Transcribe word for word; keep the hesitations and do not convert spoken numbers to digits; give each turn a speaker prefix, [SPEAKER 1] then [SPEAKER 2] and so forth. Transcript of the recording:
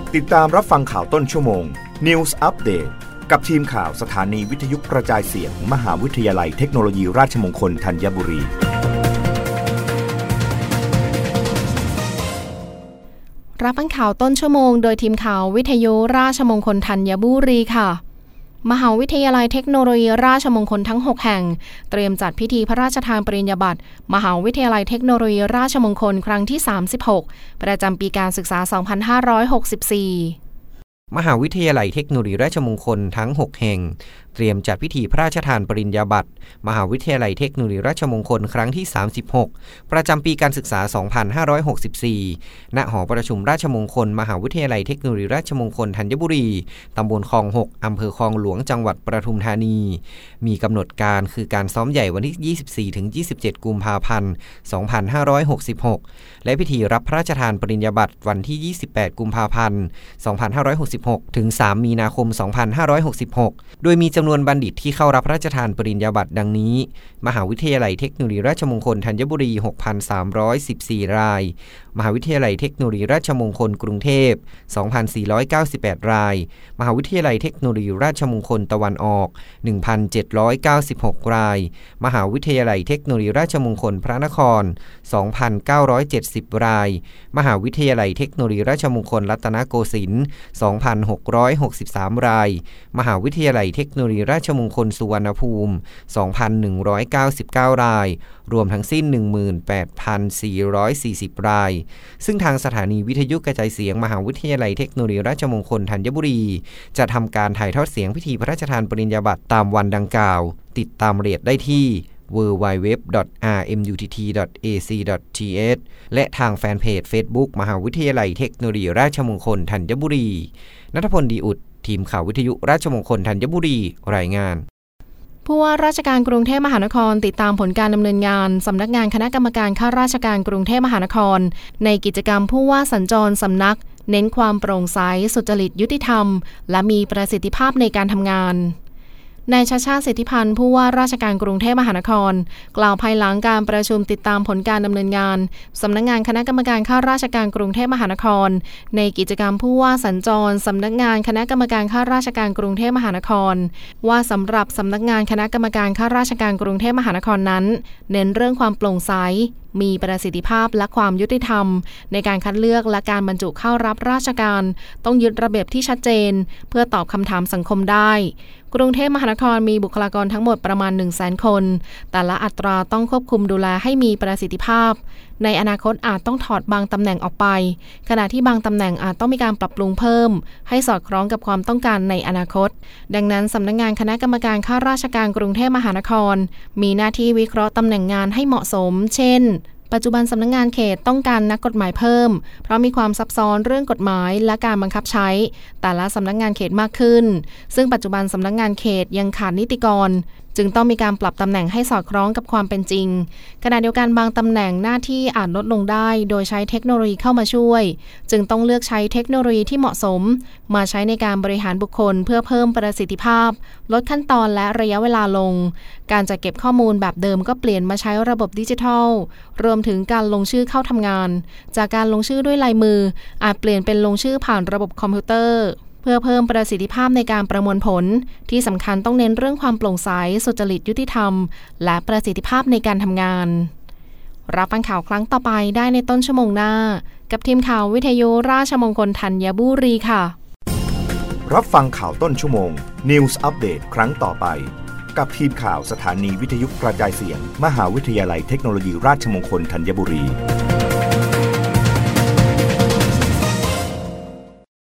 [SPEAKER 1] ติดตามรับฟังข่าวต้นชั่วโมง News Update กับทีมข่าวสถานีวิทยุกระจายเสียง มหาวิทยาลัยเทคโนโลยีราชมงคลธัญบุรี
[SPEAKER 2] รับฟังข่าวต้นชั่วโมงโดยทีมข่าววิทยุราชมงคลธัญบุรีค่ะมหาวิทยาลัยเทคโนโลยีราชมงคลทั้งหกแห่งเตรียมจัดพิธีพระราชทานปริญญาบัตรมหาวิทยาลัยเทคโนโลยีราชมงคลครั้งที่สามสิบหกประจำปีการศึกษาสองพันห้าร้อยหกสิบสี่
[SPEAKER 3] มหาวิทยาลัยเทคโนโลยีราชมงคลทั้งหกแห่งเตรียมจัดพิธีพระราชทานปริญญาบัตรมหาวิทยาลัยเทคโนโลยีราชมงคลครั้งที่สามสิบหกประจำปีการศึกษาสองพันห้าร้อยหกสิบสี่ณหอประชุมราชมงคลมหาวิทยาลัยเทคโนโลยีราชมงคลธัญบุรีตำบลคลองหกอำเภอคลองหลวงจังหวัดปทุมธานีมีกำหนดการคือการซ้อมใหญ่วันที่ ยี่สิบสี่ถึงยี่สิบเจ็ด กุมภาพันธ์สองพันห้าร้อยหกสิบหกและพิธีรับพระราชทานปริญญาบัตรวันที่ยี่สิบแปดกุมภาพันธ์สองพันห้าร้อยหกสิบหกถึงสามมีนาคมสองพันห้าร้อยหกสิบหกโดยมีจำนวนบัณฑิตที่เข้ารับพระราชทานปริญญาบัตรดังนี้มหาวิทยาลัยเทคโนโลยีราชมงคลธัญบุรี หกพันสามร้อยสิบสี่ รายมหาวิทยาลัยเทคโนโลยีราชมงคลกรุงเทพ สองพันสี่ร้อยเก้าสิบแปด รายมหาวิทยาลัยเทคโนโลยีราชมงคลตะวันออก หนึ่งพันเจ็ดร้อยเก้าสิบหก รายมหาวิทยาลัยเทคโนโลยีราชมงคลพระนคร สองพันเก้าร้อยเจ็ดสิบ รายมหาวิทยาลัยเทคโนโลยีราชมงคลรัตนโกสินทร์ สองพันหกร้อยหกสิบสาม รายมหาวิทยาลัยเทคโนโลยีราชมงคลสุวรรณภูมิ สองพันหนึ่งร้อยเก้าสิบเก้า รายรวมทั้งสิ้น หนึ่งหมื่นแปดพันสี่ร้อยสี่สิบ รายซึ่งทางสถานีวิทยุกระจายเสียงมหาวิทยาลัยเทคโนโลยีราชมงคลธัญบุรีจะทำการถ่ายทอดเสียงพิธีพระราชทานปริญญาบัตรตามวันดังกล่าวติดตามรายละเอียดได้ที่ ดับเบิลยู ดับเบิลยู ดับเบิลยู ดอท อาร์ เอ็ม ยู ที ที ดอท เอ ซี ดอท ที เอช และทางแฟนเพจ Facebook มหาวิทยาลัยเทคโนโลยีราชมงคลธัญบุรีณัฐพล ดีอุดทีมข่าววิทยุราชมงคลธัญบุรีรายงาน
[SPEAKER 2] ผู้ว่าราชการกรุงเทพมหานครติดตามผลการดำเนินงานสำนักงานคณะกรรมการข้าราชการกรุงเทพมหานครในกิจกรรมผู้ว่าสัญจรสำนักเน้นความโปร่งใสสุจริตยุติธรรมและมีประสิทธิภาพในการทำงานนายชาชาติสิทธิพันธ์ผู้ว่าราชการกรุงเทพมหานครกล่าวภายหลังการประชุมติดตามผลการดำเนินงานสำนักงานคณะกรรมการข้าราชการกรุงเทพมหานครในกิจกรรมผู้ว่าสัญจรสำนักงานคณะกรรมการข้าราชการกรุงเทพมหานครว่าสำหรับสำนักงานคณะกรรมการข้าราชการกรุงเทพมหานครนั้นเน้นเรื่องความโปร่งใสมีประสิทธิภาพและความยุติธรรมในการคัดเลือกและการบรรจุเข้ารับราชการต้องยึดระเบียบที่ชัดเจนเพื่อตอบคำถามสังคมได้กรุงเทพมหานครมีบุคลากรทั้งหมดประมาณ หนึ่งแสน คนแต่ละอัตราต้องควบคุมดูแลให้มีประสิทธิภาพในอนาคตอาจต้องถอดบางตำแหน่งออกไปขณะที่บางตำแหน่งอาจต้องมีการปรับปรุงเพิ่มให้สอดคล้องกับความต้องการในอนาคตดังนั้นสำนักงานคณะกรรมการข้าราชการกรุงเทพมหานครมีหน้าที่วิเคราะห์ตำแหน่งงานให้เหมาะสมเช่นปัจจุบันสำนักงานเขตต้องการนักกฎหมายเพิ่มเพราะมีความซับซ้อนเรื่องกฎหมายและการบังคับใช้แต่ละสำนักงานเขตมากขึ้นซึ่งปัจจุบันสำนักงานเขตยังขาดนิติกรจึงต้องมีการปรับตำแหน่งให้สอดคล้องกับความเป็นจริงขณะเดียวกันบางตำแหน่งหน้าที่อาจลดลงได้โดยใช้เทคโนโลยีเข้ามาช่วยจึงต้องเลือกใช้เทคโนโลยีที่เหมาะสมมาใช้ในการบริหารบุคคลเพื่อเพิ่มประสิทธิภาพลดขั้นตอนและระยะเวลาลงการจัดเก็บข้อมูลแบบเดิมก็เปลี่ยนมาใช้ระบบดิจิทัลรวมถึงการลงชื่อเข้าทำงานจากการลงชื่อด้วยลายมืออาจเปลี่ยนเป็นลงชื่อผ่านระบบคอมพิวเตอร์เพื่อเพิ่มประสิทธิภาพในการประมวลผลที่สำคัญต้องเน้นเรื่องความโปร่งใสสุจริตยุติธรรมและประสิทธิภาพในการทำงานรับฟังข่าวครั้งต่อไปได้ในต้นชั่วโมงหน้ากับทีมข่าววิทยุราชมงคลธัญบุรีค่ะ
[SPEAKER 1] รับฟังข่าวต้นชั่วโมง News Update ครั้งต่อไปกับทีมข่าวสถานีวิทยุกระจายเสียงมหาวิทยาลัยเทคโนโลยีราชมงคลธัญบุรี